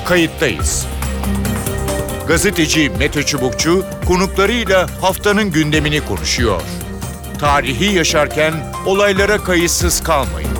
Kayıttayız. Gazeteci Mete Çubukçu konuklarıyla haftanın gündemini konuşuyor. Tarihi yaşarken olaylara kayıtsız kalmayın.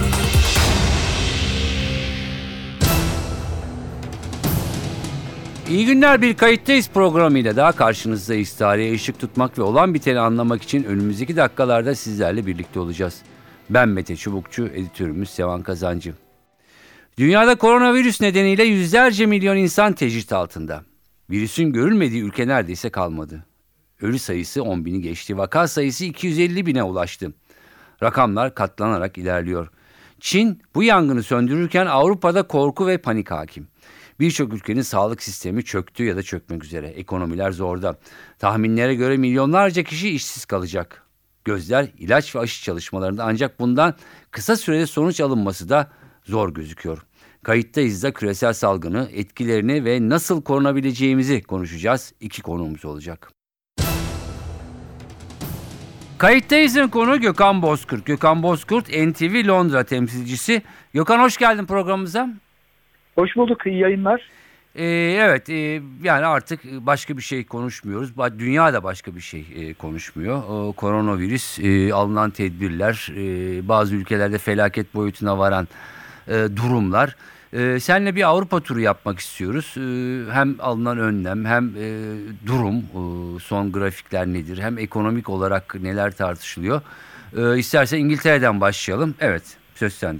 İyi günler, bir Kayıttayız programıyla daha karşınızdayız. Tarihe ışık tutmak ve olan biteni anlamak için önümüzdeki dakikalarda sizlerle birlikte olacağız. Ben Mete Çubukçu, editörümüz Sevan Kazancı. Dünyada koronavirüs nedeniyle yüzlerce milyon insan tecrit altında. Virüsün görülmediği ülke neredeyse kalmadı. Ölü sayısı 10 bini geçti, vaka sayısı 250 bine ulaştı. Rakamlar katlanarak ilerliyor. Çin bu yangını söndürürken Avrupa'da korku ve panik hakim. Birçok ülkenin sağlık sistemi çöktü ya da çökmek üzere. Ekonomiler zorda. Tahminlere göre milyonlarca kişi işsiz kalacak. Gözler ilaç ve aşı çalışmalarında, ancak bundan kısa sürede sonuç alınması da zor gözüküyor. Kayıttayız da küresel salgını, etkilerini ve nasıl korunabileceğimizi konuşacağız. İki konuğumuz olacak. Kayıttayız'ın konuğu Gökhan Bozkurt. Gökhan Bozkurt, NTV Londra temsilcisi. Gökhan, hoş geldin programımıza. Hoş bulduk, iyi yayınlar. Evet, yani artık başka bir şey konuşmuyoruz. Dünya da başka bir şey konuşmuyor. Koronavirüs, alınan tedbirler, bazı ülkelerde felaket boyutuna varan durumlar. Seninle bir Avrupa turu yapmak istiyoruz. Hem alınan önlem, hem durum, son grafikler nedir, hem ekonomik olarak neler tartışılıyor. İstersen İngiltere'den başlayalım. Evet, söz sende.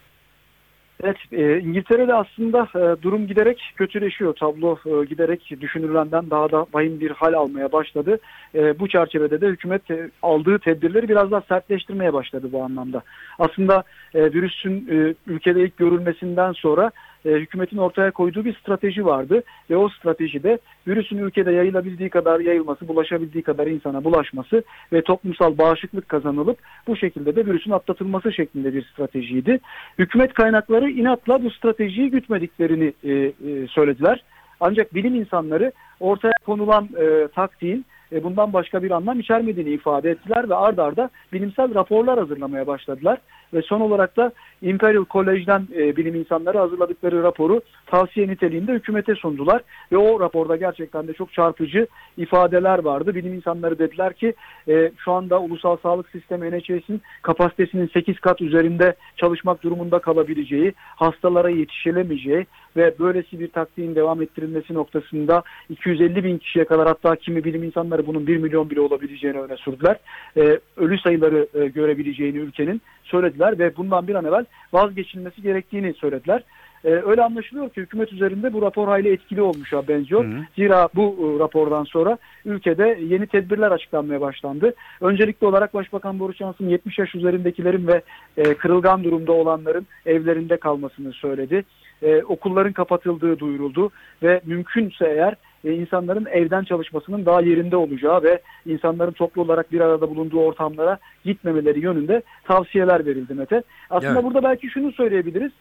Evet, İngiltere'de aslında durum giderek kötüleşiyor. Tablo giderek düşünülenden daha da vahim bir hal almaya başladı. Bu çerçevede de hükümet aldığı tedbirleri biraz daha sertleştirmeye başladı bu anlamda. Aslında virüsün ülkede ilk görülmesinden sonra hükümetin ortaya koyduğu bir strateji vardı. Ve o stratejide virüsün ülkede yayılabildiği kadar yayılması, bulaşabildiği kadar insana bulaşması ve toplumsal bağışıklık kazanılıp bu şekilde de virüsün atlatılması şeklinde bir stratejiydi. Hükümet kaynakları inatla bu stratejiyi gütmediklerini söylediler. Ancak bilim insanları ortaya konulan taktiğin bundan başka bir anlam içermediğini ifade ettiler ve ard arda bilimsel raporlar hazırlamaya başladılar. Ve son olarak da Imperial College'den bilim insanları hazırladıkları raporu tavsiye niteliğinde hükümete sundular. Ve o raporda gerçekten de çok çarpıcı ifadeler vardı. Bilim insanları dediler ki şu anda ulusal sağlık sistemi NHS'in kapasitesinin 8 kat üzerinde çalışmak durumunda kalabileceği, hastalara yetişilemeyeceği ve böylesi bir taktiğin devam ettirilmesi noktasında 250 bin kişiye kadar, hatta kimi bilim insanları bunun 1 milyon bile olabileceğini öne sürdüler. Ölü sayıları görebileceğini ülkenin söylediler ve bundan bir an evvel vazgeçilmesi gerektiğini söylediler. Öyle anlaşılıyor ki hükümet üzerinde bu rapor hayli etkili olmuşa benziyor. Zira bu rapordan sonra ülkede yeni tedbirler açıklanmaya başlandı. Öncelikli olarak Başbakan Boris Johnson 70 yaş üzerindekilerin ve kırılgan durumda olanların evlerinde kalmasını söyledi. Okulların kapatıldığı duyuruldu ve mümkünse eğer insanların evden çalışmasının daha yerinde olacağı ve insanların toplu olarak bir arada bulunduğu ortamlara gitmemeleri yönünde tavsiyeler verildi Mete. Aslında evet, burada belki şunu söyleyebiliriz.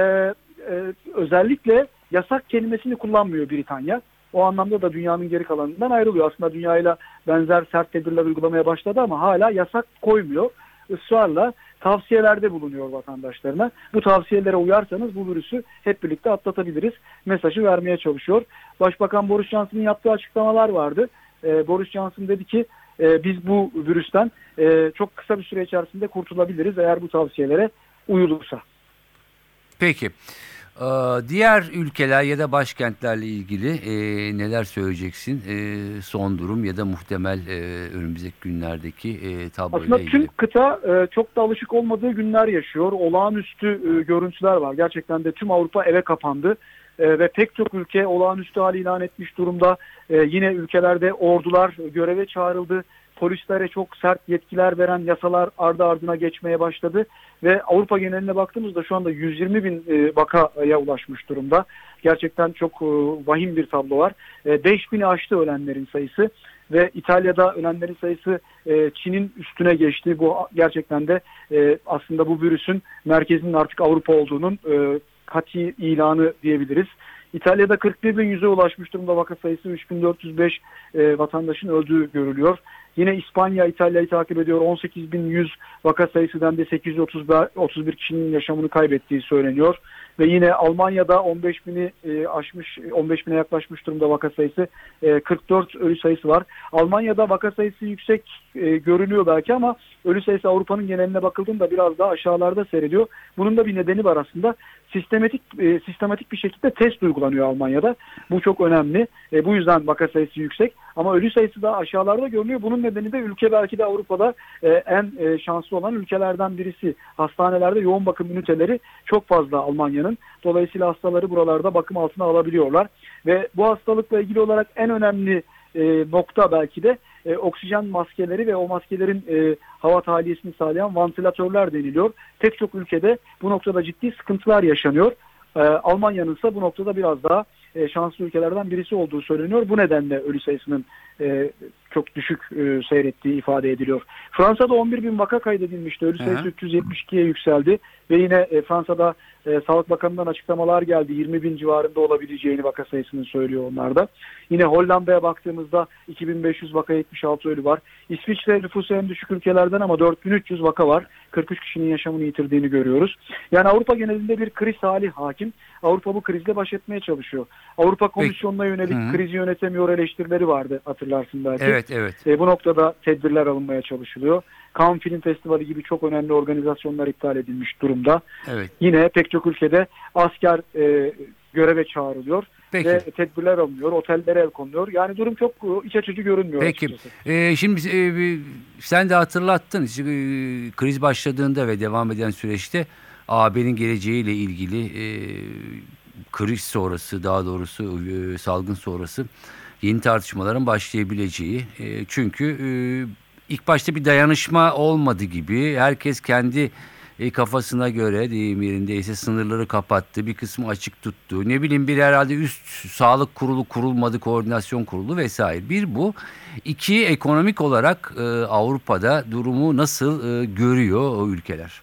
Özellikle yasak kelimesini kullanmıyor Britanya. O anlamda da dünyanın geri kalanından ayrılıyor. Aslında dünyayla benzer sert tedbirler uygulamaya başladı ama hala yasak koymuyor. Israrla tavsiyelerde bulunuyor vatandaşlarına. Bu tavsiyelere uyarsanız bu virüsü hep birlikte atlatabiliriz mesajı vermeye çalışıyor. Başbakan Boris Johnson'ın yaptığı açıklamalar vardı. Boris Johnson dedi ki biz bu virüsten çok kısa bir süre içerisinde kurtulabiliriz eğer bu tavsiyelere uyulursa. Peki. Diğer ülkeler ya da başkentlerle ilgili neler söyleyeceksin? Son durum ya da muhtemel önümüzdeki günlerdeki tabloyla aslında ilgili. Tüm kıta çok da alışık olmadığı günler yaşıyor. Olağanüstü görüntüler var. Gerçekten de tüm Avrupa eve kapandı. Ve pek çok ülke olağanüstü hal ilan etmiş durumda. Yine ülkelerde ordular göreve çağrıldı. Polislere çok sert yetkiler veren yasalar ardı ardına geçmeye başladı. Ve Avrupa geneline baktığımızda şu anda 120 bin vakaya ulaşmış durumda. Gerçekten çok vahim bir tablo var. 5.000'i aştı ölenlerin sayısı. Ve İtalya'da ölenlerin sayısı Çin'in üstüne geçti. Bu gerçekten de aslında bu virüsün merkezinin artık Avrupa olduğunun kati ilanı diyebiliriz. İtalya'da 41.100'e ulaşmış durumda vaka sayısı, 3.405 vatandaşın öldüğü görülüyor. Yine İspanya, İtalya'yı takip ediyor. 18.100 vaka sayısından da 831 kişinin yaşamını kaybettiği söyleniyor. Ve yine Almanya'da 15.000'e yaklaşmış durumda vaka sayısı. 44 ölü sayısı var. Almanya'da vaka sayısı yüksek görünüyor belki ama ölü sayısı Avrupa'nın geneline bakıldığında biraz daha aşağılarda seyrediyor. Bunun da bir nedeni var aslında. Sistematik bir şekilde test uygulanıyor Almanya'da. Bu çok önemli. Bu yüzden vaka sayısı yüksek. Ama ölü sayısı da aşağılarda görünüyor. Bunun nedeni de ülke belki de Avrupa'da en şanslı olan ülkelerden birisi. Hastanelerde yoğun bakım üniteleri çok fazla Almanya'nın. Dolayısıyla hastaları buralarda bakım altına alabiliyorlar. Ve bu hastalıkla ilgili olarak en önemli nokta belki de oksijen maskeleri ve o maskelerin hava tahliyesini sağlayan vantilatörler deniliyor. Pek çok ülkede bu noktada ciddi sıkıntılar yaşanıyor. Almanya'nın ise bu noktada biraz daha şanslı ülkelerden birisi olduğu söyleniyor. Bu nedenle ölü sayısının çok düşük seyrettiği ifade ediliyor. Fransa'da 11.000 vaka kaydedilmişti. Ölü sayısı 372'ye yükseldi. Ve yine Fransa'da Sağlık Bakanı'ndan açıklamalar geldi. 20.000 civarında olabileceğini vaka sayısını söylüyor onlar da. Yine Hollanda'ya baktığımızda 2.500 vaka, 76 ölü var. İsviçre nüfusu en düşük ülkelerden ama 4.300 vaka var. 43 kişinin yaşamını yitirdiğini görüyoruz. Yani Avrupa genelinde bir kriz hali hakim. Avrupa bu krizle baş etmeye çalışıyor. Avrupa Komisyonu'na yönelik krizi yönetemiyor eleştirileri vardı, hatırlarsın belki. Evet. Bu noktada tedbirler alınmaya çalışılıyor. Cannes Film Festivali gibi çok önemli organizasyonlar iptal edilmiş durumda. Evet. Yine pek çok ülkede asker göreve çağrılıyor. Peki. Ve tedbirler alınıyor, otellere el konuluyor. Yani durum çok iç açıcı görünmüyor. Peki. Şimdi sen de hatırlattın. Kriz başladığında ve devam eden süreçte AB'nin geleceğiyle ilgili kriz sonrası, daha doğrusu salgın sonrası yeni tartışmaların başlayabileceği. Çünkü ilk başta bir dayanışma olmadı gibi. Herkes kendi kafasına göre, deyim yerindeyse, sınırları kapattı. Bir kısmı açık tuttu. Ne bileyim, bir herhalde üst sağlık kurulu kurulmadı, koordinasyon kurulu vesaire. Bir bu. İki, ekonomik olarak Avrupa'da durumu nasıl görüyor o ülkeler?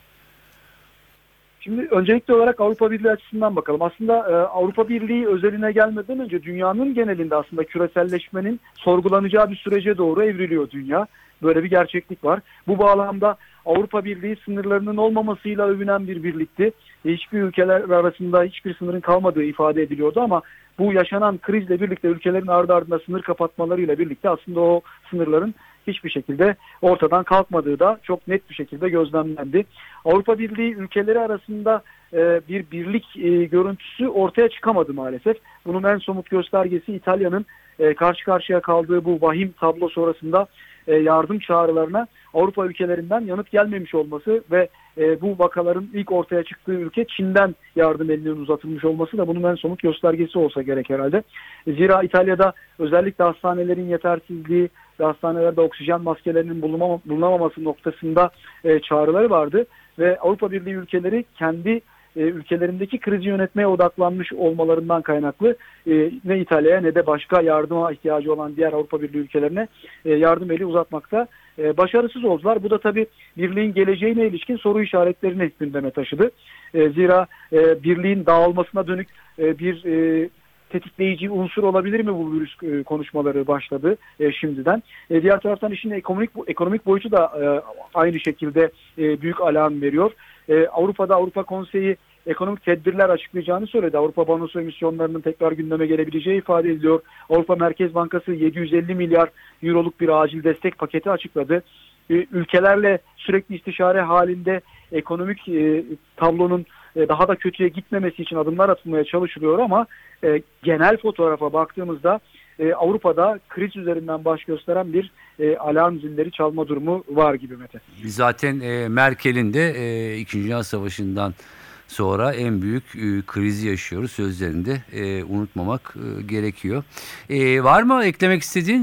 Şimdi öncelikli olarak Avrupa Birliği açısından bakalım. Aslında Avrupa Birliği özeline gelmeden önce dünyanın genelinde aslında küreselleşmenin sorgulanacağı bir sürece doğru evriliyor dünya. Böyle bir gerçeklik var. Bu bağlamda Avrupa Birliği sınırlarının olmamasıyla övünen bir birlikti. Hiçbir ülkeler arasında hiçbir sınırın kalmadığı ifade ediliyordu ama bu yaşanan krizle birlikte ülkelerin ardı ardına sınır kapatmalarıyla birlikte aslında o sınırların hiçbir şekilde ortadan kalkmadığı da çok net bir şekilde gözlemlendi. Avrupa Birliği ülkeleri arasında bir birlik görüntüsü ortaya çıkamadı maalesef. Bunun en somut göstergesi İtalya'nın karşı karşıya kaldığı bu vahim tablo sonrasında yardım çağrılarına Avrupa ülkelerinden yanıt gelmemiş olması ve bu vakaların ilk ortaya çıktığı ülke Çin'den yardım elinin uzatılmış olması da bunun en somut göstergesi olsa gerek herhalde. Zira İtalya'da özellikle hastanelerin yetersizliği ve hastanelerde oksijen maskelerinin bulunamaması noktasında çağrıları vardı ve Avrupa Birliği ülkeleri kendi ülkelerindeki krizi yönetmeye odaklanmış olmalarından kaynaklı ne İtalya'ya ne de başka yardıma ihtiyacı olan diğer Avrupa Birliği ülkelerine yardım eli uzatmakta başarısız oldular. Bu da tabii birliğin geleceğine ilişkin soru işaretlerini gündeme taşıdı. Zira birliğin dağılmasına dönük bir tetikleyici unsur olabilir mi bu virüs konuşmaları başladı şimdiden. Diğer taraftan işin ekonomik boyutu da aynı şekilde büyük alarm veriyor. Avrupa'da Avrupa Konseyi ekonomik tedbirler açıklayacağını söyledi. Avrupa bonosu emisyonlarının tekrar gündeme gelebileceği ifade ediliyor. Avrupa Merkez Bankası 750 milyar euroluk bir acil destek paketi açıkladı. Ülkelerle sürekli istişare halinde ekonomik tablonun daha da kötüye gitmemesi için adımlar atılmaya çalışılıyor ama genel fotoğrafa baktığımızda Avrupa'da kriz üzerinden baş gösteren bir alarm zilleri çalma durumu var gibi Mete. Zaten Merkel'in de 2. Dünya Savaşı'ndan sonra en büyük krizi yaşıyoruz sözlerinde unutmamak gerekiyor. Var mı eklemek istediğin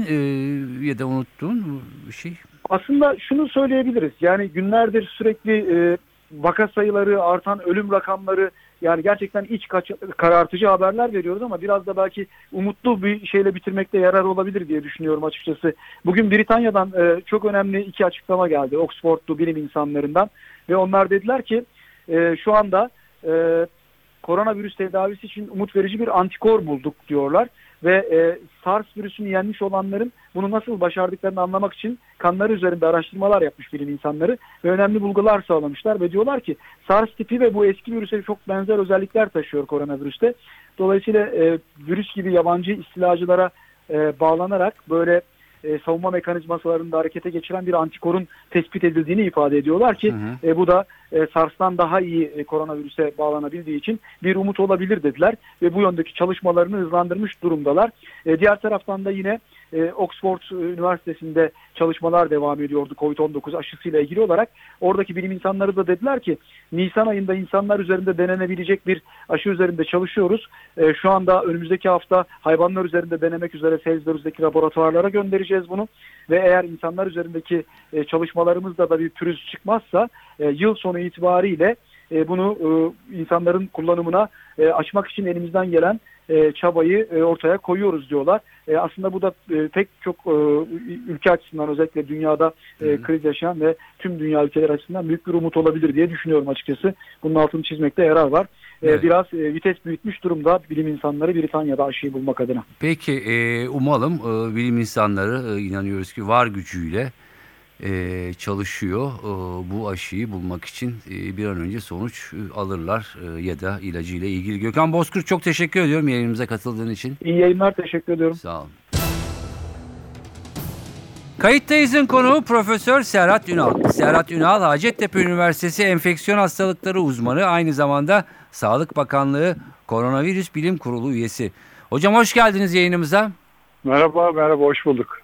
ya da unuttuğun bir şey? Aslında şunu söyleyebiliriz. Yani günlerdir sürekli vaka sayıları, artan ölüm rakamları, yani gerçekten iç karartıcı haberler veriyoruz ama biraz da belki umutlu bir şeyle bitirmekte yarar olabilir diye düşünüyorum açıkçası. Bugün Britanya'dan çok önemli 2 açıklama geldi Oxford'lu bilim insanlarından ve onlar dediler ki şu anda koronavirüs tedavisi için umut verici bir antikor bulduk diyorlar. Ve SARS virüsünü yenmiş olanların bunu nasıl başardıklarını anlamak için kanları üzerinde araştırmalar yapmış bilim insanları ve önemli bulgular sağlamışlar ve diyorlar ki SARS tipi ve bu eski virüse çok benzer özellikler taşıyor koronavirüste. Dolayısıyla virüs gibi yabancı istilacılara bağlanarak böyle savunma mekanizmalarında harekete geçiren bir antikorun tespit edildiğini ifade ediyorlar ki bu da SARS'tan daha iyi koronavirüse bağlanabildiği için bir umut olabilir dediler ve bu yöndeki çalışmalarını hızlandırmış durumdalar. Diğer taraftan da yine Oxford Üniversitesi'nde çalışmalar devam ediyordu COVID-19 aşısıyla ilgili olarak. Oradaki bilim insanları da dediler ki Nisan ayında insanlar üzerinde denenebilecek bir aşı üzerinde çalışıyoruz. Şu anda önümüzdeki hafta hayvanlar üzerinde denemek üzere Salisbury'deki laboratuvarlara göndereceğiz bunu. Ve eğer insanlar üzerindeki çalışmalarımızda da bir pürüz çıkmazsa yıl sonu itibariyle bunu insanların kullanımına açmak için elimizden gelen çabayı ortaya koyuyoruz diyorlar. Aslında bu da pek çok ülke açısından özellikle dünyada kriz yaşayan ve tüm dünya ülkeler açısından büyük bir umut olabilir diye düşünüyorum açıkçası. Bunun altını çizmekte yarar var. Evet. Biraz vites büyütmüş durumda bilim insanları Britanya'da aşıyı bulmak adına. Peki umalım bilim insanları inanıyoruz ki var gücüyle çalışıyor bu aşıyı bulmak için bir an önce sonuç alırlar ya da ilacıyla ilgili. Gökhan Bozkurt çok teşekkür ediyorum yayınımıza katıldığın için. İyi yayınlar, teşekkür ediyorum. Sağ olun. Kayıttayız'ın konuğu Profesör Serhat Ünal. Serhat Ünal, Hacettepe Üniversitesi Enfeksiyon Hastalıkları uzmanı, aynı zamanda Sağlık Bakanlığı Koronavirüs Bilim Kurulu üyesi. Hocam hoş geldiniz yayınımıza. Merhaba, hoş bulduk.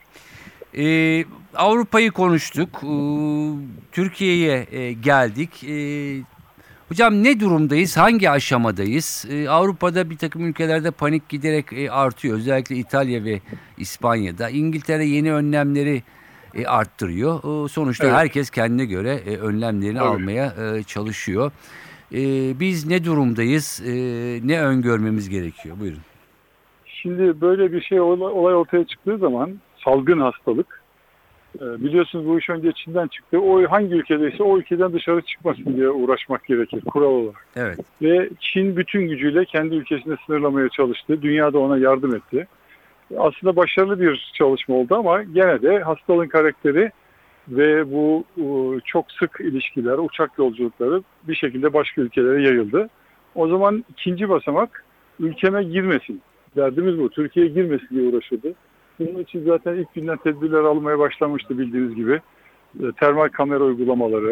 Avrupa'yı konuştuk, Türkiye'ye geldik. Hocam ne durumdayız, hangi aşamadayız? Avrupa'da bir takım ülkelerde panik giderek artıyor. Özellikle İtalya ve İspanya'da. İngiltere yeni önlemleri arttırıyor. Sonuçta evet, herkes kendine göre önlemlerini almaya çalışıyor. Biz ne durumdayız, ne öngörmemiz gerekiyor? Buyurun. Şimdi böyle bir şey olay ortaya çıktığı zaman salgın hastalık, biliyorsunuz bu iş önce Çin'den çıktı. O hangi ülkedeyse o ülkeden dışarı çıkmasın diye uğraşmak gerekir kural olarak. Evet. Ve Çin bütün gücüyle kendi ülkesinde sınırlamaya çalıştı. Dünya da ona yardım etti. Aslında başarılı bir çalışma oldu ama gene de hastalığın karakteri ve bu çok sık ilişkiler, uçak yolculukları bir şekilde başka ülkelere yayıldı. O zaman ikinci basamak ülkeme girmesin. Derdimiz bu. Türkiye'ye girmesin diye uğraşıldı. Bunun için zaten ilk günden tedbirler almaya başlamıştı bildiğiniz gibi. Termal kamera uygulamaları,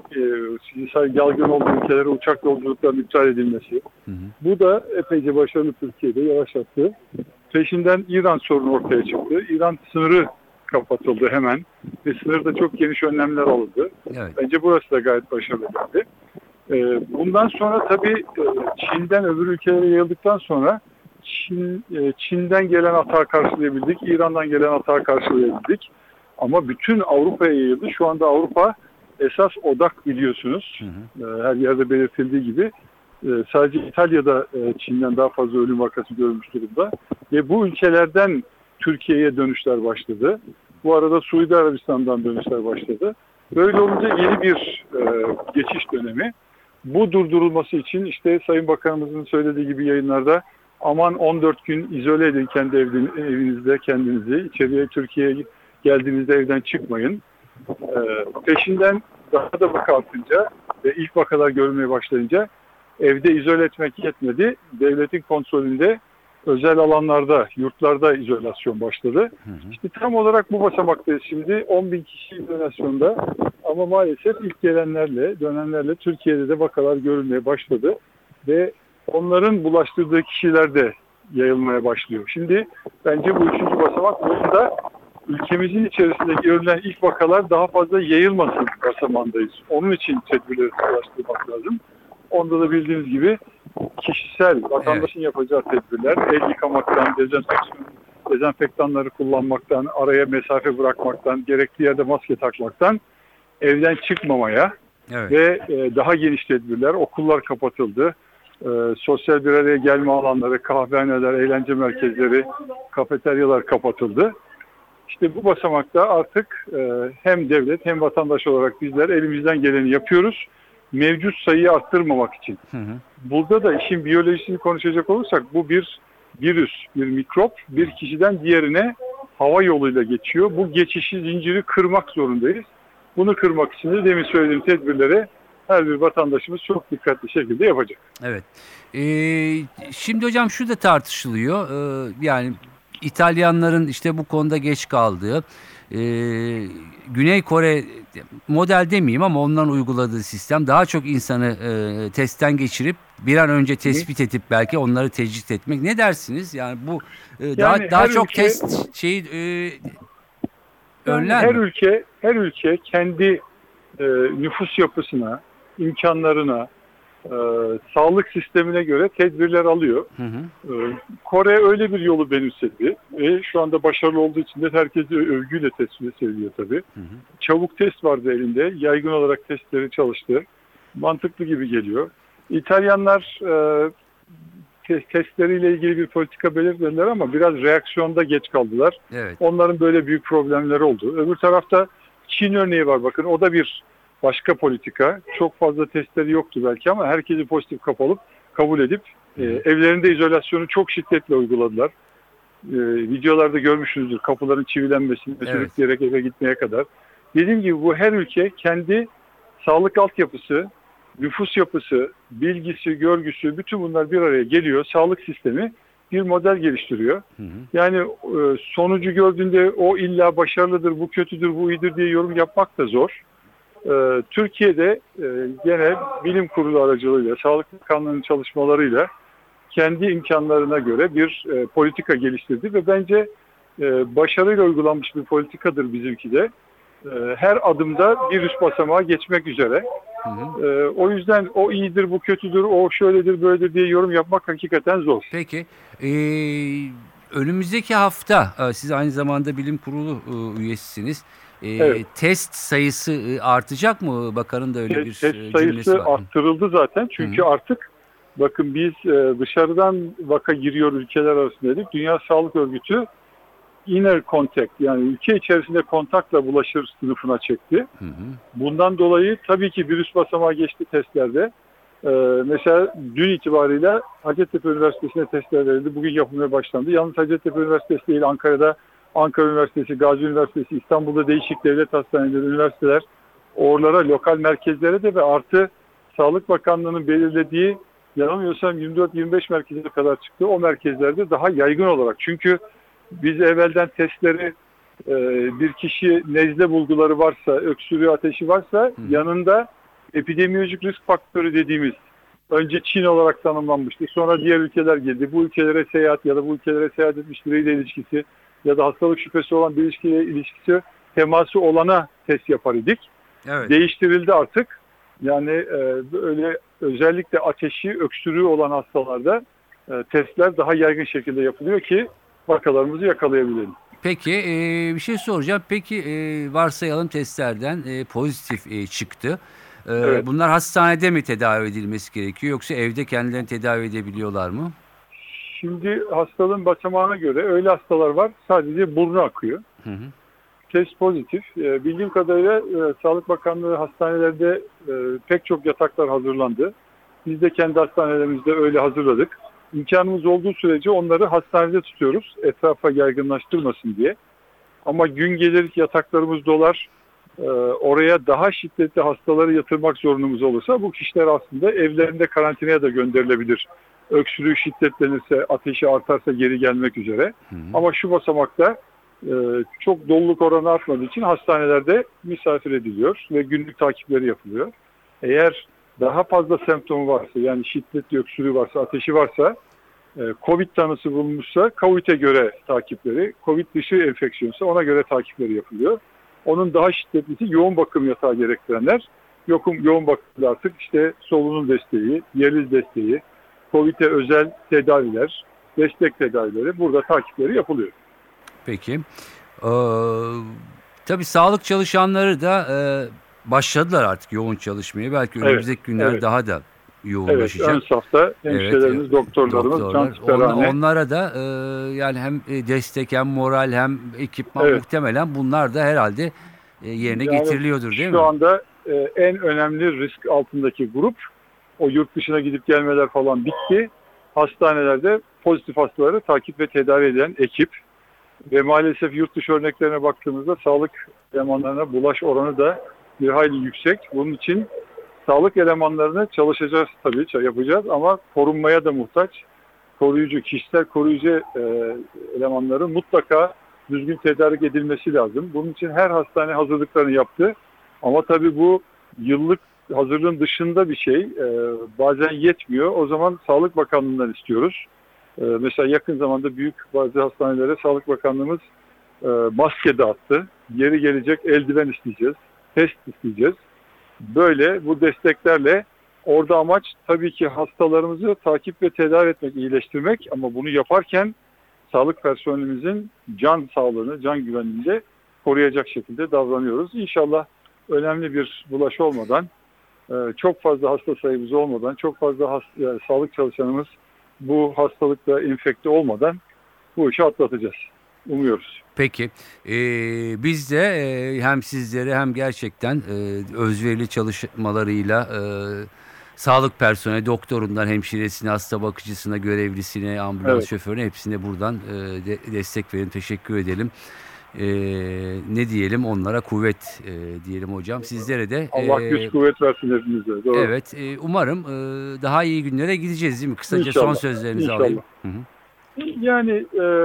yaygın olduğu ülkelere uçak yolculuklarının iptal edilmesi. Bu da epeyce başarılı Türkiye'de yavaşlattı. Peşinden İran sorunu ortaya çıktı. İran sınırı kapatıldı hemen ve sınırda çok geniş önlemler alındı. Evet. Bence burası da gayet başarılı geldi. Bundan sonra tabii Çin'den öbür ülkelere yayıldıktan sonra Çin'den gelen atağı karşılayabildik, İran'dan gelen atağı karşılayabildik. Ama bütün Avrupa'ya yayıldı. Şu anda Avrupa esas odak biliyorsunuz. Her yerde belirtildiği gibi. Sadece İtalya'da Çin'den daha fazla ölüm vakası görmüş durumda. Ve bu ülkelerden Türkiye'ye dönüşler başladı. Bu arada Suudi Arabistan'dan dönüşler başladı. Böyle olunca yeni bir geçiş dönemi. Bu durdurulması için işte Sayın Bakanımızın söylediği gibi yayınlarda aman 14 gün izole edin kendi evinizde kendinizi. İçeriye Türkiye'ye geldiğinizde evden çıkmayın. Peşinden daha da vaka artınca ve ilk vakalar görülmeye başlayınca evde izole etmek yetmedi. Devletin kontrolünde özel alanlarda, yurtlarda izolasyon başladı. İşte tam olarak bu basamaktayız şimdi. 10.000 kişi izolasyonda ama maalesef ilk gelenlerle, dönenlerle Türkiye'de de vakalar görülmeye başladı. Ve onların bulaştırdığı kişiler de yayılmaya başlıyor. Şimdi bence bu üçüncü basamak. Bunda ülkemizin içerisinde görülen ilk vakalar daha fazla yayılmasın basamağındayız. Onun için tedbirleri sıkılaştırmak lazım. Onda da bildiğiniz gibi kişisel vatandaşın yapacağı tedbirler, el yıkamaktan, dezenfektanları kullanmaktan, araya mesafe bırakmaktan, gerektiği yerde maske takmaktan, evden çıkmamaya ve daha geniş tedbirler, okullar kapatıldı. Sosyal bir araya gelme alanları, kahvehaneler, eğlence merkezleri, kafeteryalar kapatıldı. İşte bu basamakta artık hem devlet hem vatandaş olarak bizler elimizden geleni yapıyoruz. mevcut sayıyı arttırmamak için. Hı hı. Burada da işin biyolojisini konuşacak olursak bu bir virüs, bir mikrop bir kişiden diğerine hava yoluyla geçiyor. Bu geçişi zinciri kırmak zorundayız. Bunu kırmak için de demin söylediğim tedbirleri her bir vatandaşımız çok dikkatli şekilde yapacak. Evet. Şimdi hocam şu da tartışılıyor. Yani İtalyanların işte bu konuda geç kaldığı, Güney Kore model demeyeyim ama onların uyguladığı sistem daha çok insanı testten geçirip bir an önce tespit edip belki onları tecrit etmek. Ne dersiniz? Yani bu daha çok test şeyi önler mi? Her ülke kendi nüfus yapısına, imkanlarına, sağlık sistemine göre tedbirler alıyor. Hı hı. Kore öyle bir yolu benimsedi ve şu anda başarılı olduğu için de herkesi övgüyle teslim ediliyor tabii. Hı hı. Çabuk test vardı elinde. Yaygın olarak testleri çalıştı. Mantıklı gibi geliyor. İtalyanlar testleriyle ilgili bir politika belirlediler ama biraz reaksiyonda geç kaldılar. Evet. Onların böyle büyük problemleri oldu. Öbür tarafta Çin örneği var bakın. O da bir başka politika. Çok fazla testleri yoktu belki ama herkesi pozitif kabul edip evlerinde izolasyonu çok şiddetle uyguladılar. Videolarda görmüşsünüzdür. Kapıların çivilenmesini sürükleyerek eve gitmeye kadar. Dediğim gibi bu her ülke kendi sağlık altyapısı, nüfus yapısı, bilgisi, görgüsü bütün bunlar bir araya geliyor. Sağlık sistemi bir model geliştiriyor. Hı hı. Yani sonucu gördüğünde o illa başarılıdır, bu kötüdür, bu iyidir diye yorum yapmak da zor. Türkiye'de gene bilim kurulu aracılığıyla, Sağlık Bakanlığı'nın çalışmalarıyla kendi imkanlarına göre bir politika geliştirdi ve bence başarıyla uygulanmış bir politikadır bizimki de. Her adımda bir üst basamağa geçmek üzere. Hı hı. O yüzden o iyidir, bu kötüdür, o şöyledir, böyledir diye yorum yapmak hakikaten zor. Peki. Önümüzdeki hafta siz aynı zamanda bilim kurulu üyesisiniz. Evet. Test sayısı artacak mı? Bakanın da öyle bir Test cümlesi sayısı var. arttırıldı zaten. Çünkü artık bakın biz dışarıdan vaka giriyor ülkeler arasında dedik. Dünya Sağlık Örgütü inner contact yani ülke içerisinde kontakla bulaşır sınıfına çekti. Hı hı. Bundan dolayı tabii ki virüs basamağı geçti testlerde. Mesela dün itibariyle Hacettepe Üniversitesi'ne testler verildi. Bugün yapılmaya başlandı. Yalnız Hacettepe Üniversitesi değil, Ankara'da Ankara Üniversitesi, Gazi Üniversitesi, İstanbul'da değişik devlet hastaneleri, üniversiteler, oralara, lokal merkezlere de ve artı Sağlık Bakanlığı'nın belirlediği yanılmıyorsam 24-25 merkezine kadar çıktı. O merkezlerde daha yaygın olarak. Çünkü biz evvelden testleri bir kişi nezle bulguları varsa, öksürüğü, ateşi varsa yanında epidemiyolojik risk faktörü dediğimiz önce Çin olarak tanımlanmıştı. Sonra diğer ülkeler geldi. Bu ülkelere seyahat ya da bu ülkelere seyahat etmiş biriyle ilişkisi ya da hastalık şüphesi olan bir ilişkisi teması olana test yapar idik. Evet. Değiştirildi artık. Yani öyle özellikle ateşi, öksürüğü olan hastalarda testler daha yaygın şekilde yapılıyor ki vakalarımızı yakalayabilelim. Peki bir şey soracağım. Peki varsayalım testlerden pozitif çıktı. Evet. Bunlar hastanede mi tedavi edilmesi gerekiyor yoksa evde kendilerini tedavi edebiliyorlar mı? Şimdi hastalığın basamağına göre öyle hastalar var sadece burnu akıyor. Hı hı. Test pozitif. Bildiğim kadarıyla Sağlık Bakanlığı hastanelerde pek çok yataklar hazırlandı. Biz de kendi hastanelerimizde öyle hazırladık. İmkanımız olduğu sürece onları hastanede tutuyoruz. Etrafa yaygınlaştırmasın diye. Ama gün gelir yataklarımız dolar. Oraya daha şiddetli hastaları yatırmak zorunumuz olursa bu kişiler aslında evlerinde karantinaya da gönderilebilir. Öksürüğü şiddetlenirse, ateşi artarsa geri gelmek üzere. Hı hı. Ama şu basamakta çok doluluk oranı artmadığı için hastanelerde misafir ediliyor ve günlük takipleri yapılıyor. Eğer daha fazla semptomu varsa yani şiddetli öksürüğü varsa, ateşi varsa, COVID tanısı bulunmuşsa COVID'e göre takipleri, COVID dışı enfeksiyonsa ona göre takipleri yapılıyor. Onun daha şiddetlisi yoğun bakım yatağı gerektirenler, yoğun bakımda artık işte solunum desteği, diyaliz desteği, COVID'e özel tedaviler, destek tedavileri burada takipleri yapılıyor. Peki. Tabii sağlık çalışanları da başladılar artık yoğun çalışmaya. Belki önümüzdeki günler daha da yoğunlaşacak. Evet, ön safta hemşirelerimiz, doktorlarımız, can onlara da yani hem destek hem moral hem ekipman muhtemelen bunlar da herhalde yerine getiriliyordur değil mi? en önemli risk altındaki grup. O yurt dışına gidip gelmeler falan bitti. Hastanelerde pozitif hastaları takip ve tedavi eden ekip ve maalesef yurt dışı örneklerine baktığımızda sağlık elemanlarına bulaş oranı da bir hayli yüksek. Bunun için sağlık elemanlarını çalışacağız tabii, yapacağız ama korunmaya da muhtaç. Koruyucu, kişisel koruyucu elemanların mutlaka düzgün tedarik edilmesi lazım. Bunun için her hastane hazırlıklarını yaptı. Ama tabii bu yıllık hazırlığın dışında bir şey. Bazen yetmiyor. O zaman Sağlık Bakanlığı'ndan istiyoruz. Mesela yakın zamanda büyük bazı hastanelere Sağlık Bakanlığımız maske dağıttı. Yeri gelecek eldiven isteyeceğiz. Test isteyeceğiz. Böyle bu desteklerle orada amaç tabii ki hastalarımızı takip ve tedavi etmek, iyileştirmek ama bunu yaparken sağlık personelimizin can sağlığını, can güvenliğini de koruyacak şekilde davranıyoruz. İnşallah önemli bir bulaş olmadan, çok fazla hasta sayımız olmadan, çok fazla sağlık çalışanımız bu hastalıkla enfekte olmadan bu işi atlatacağız. Umuyoruz. Peki. Biz de hem sizlere hem gerçekten özverili çalışmalarıyla sağlık personeli, doktorundan hemşiresine, hasta bakıcısına, görevlisine, ambulans şoförüne hepsine buradan destek verin. Teşekkür edelim. Ne diyelim, onlara kuvvet diyelim hocam. Sizlere de Allah güç kuvvet versin hepimize. Doğru. Evet, umarım daha iyi günlere gideceğiz değil mi? Kısaca İnşallah. son sözlerinizi İnşallah. alayım. Hı. Yani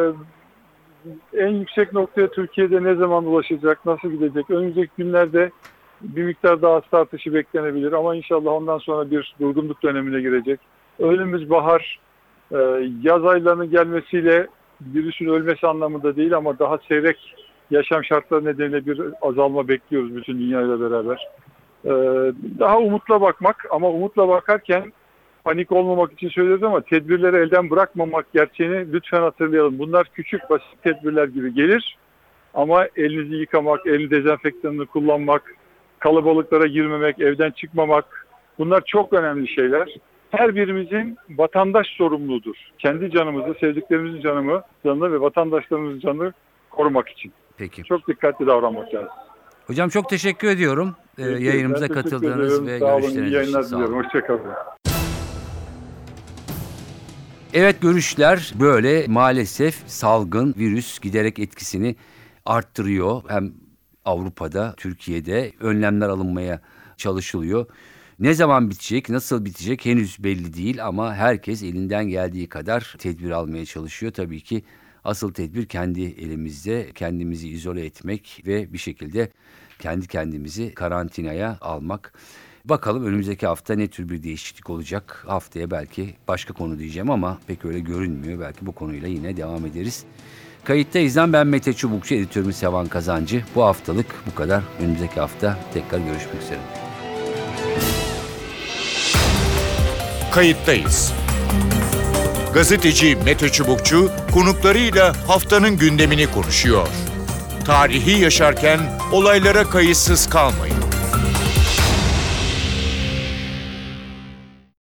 en yüksek noktaya Türkiye'de ne zaman ulaşacak, nasıl gidecek? Önümüzdeki günlerde bir miktar daha hasta artışı beklenebilir ama inşallah ondan sonra bir durgunluk dönemine girecek. Önümüz bahar, yaz aylarının gelmesiyle virüsün ölmesi anlamında değil ama daha seyrek yaşam şartları nedeniyle bir azalma bekliyoruz bütün dünyayla beraber. Daha umutla bakmak ama umutla bakarken panik olmamak için söylüyoruz ama tedbirleri elden bırakmamak gerçeğini lütfen hatırlayalım. Bunlar küçük basit tedbirler gibi gelir ama elinizi yıkamak, el dezenfektanını kullanmak, kalabalıklara girmemek, evden çıkmamak, bunlar çok önemli şeyler. Her birimizin vatandaş sorumluluğudur. Kendi canımızı, sevdiklerimizin canını ve vatandaşlarımızın canını korumak için. Peki. Çok dikkatli davranmak lazım. Hocam çok teşekkür ediyorum. Yayınımıza katıldığınız ve görüşleriniz için. Yayınlar Sağ olun. diliyorum. Hoşçakalın. Evet, görüşler böyle. Maalesef salgın virüs giderek etkisini arttırıyor. Hem Avrupa'da, Türkiye'de önlemler alınmaya çalışılıyor. Ne zaman bitecek, nasıl bitecek henüz belli değil ama herkes elinden geldiği kadar tedbir almaya çalışıyor. Tabii ki asıl tedbir kendi elimizde, kendimizi izole etmek ve bir şekilde kendi kendimizi karantinaya almak. Bakalım önümüzdeki hafta ne tür bir değişiklik olacak? Haftaya belki başka konu diyeceğim ama pek öyle görünmüyor. Belki bu konuyla yine devam ederiz. Kayıttayız. Ben Mete Çubukçu, editörümüz Sevan Kazancı. Bu haftalık bu kadar. Önümüzdeki hafta tekrar görüşmek üzere. Kayıttayız. Gazeteci Mete Çubukçu konuklarıyla haftanın gündemini konuşuyor. Tarihi yaşarken olaylara kayıtsız kalmayın.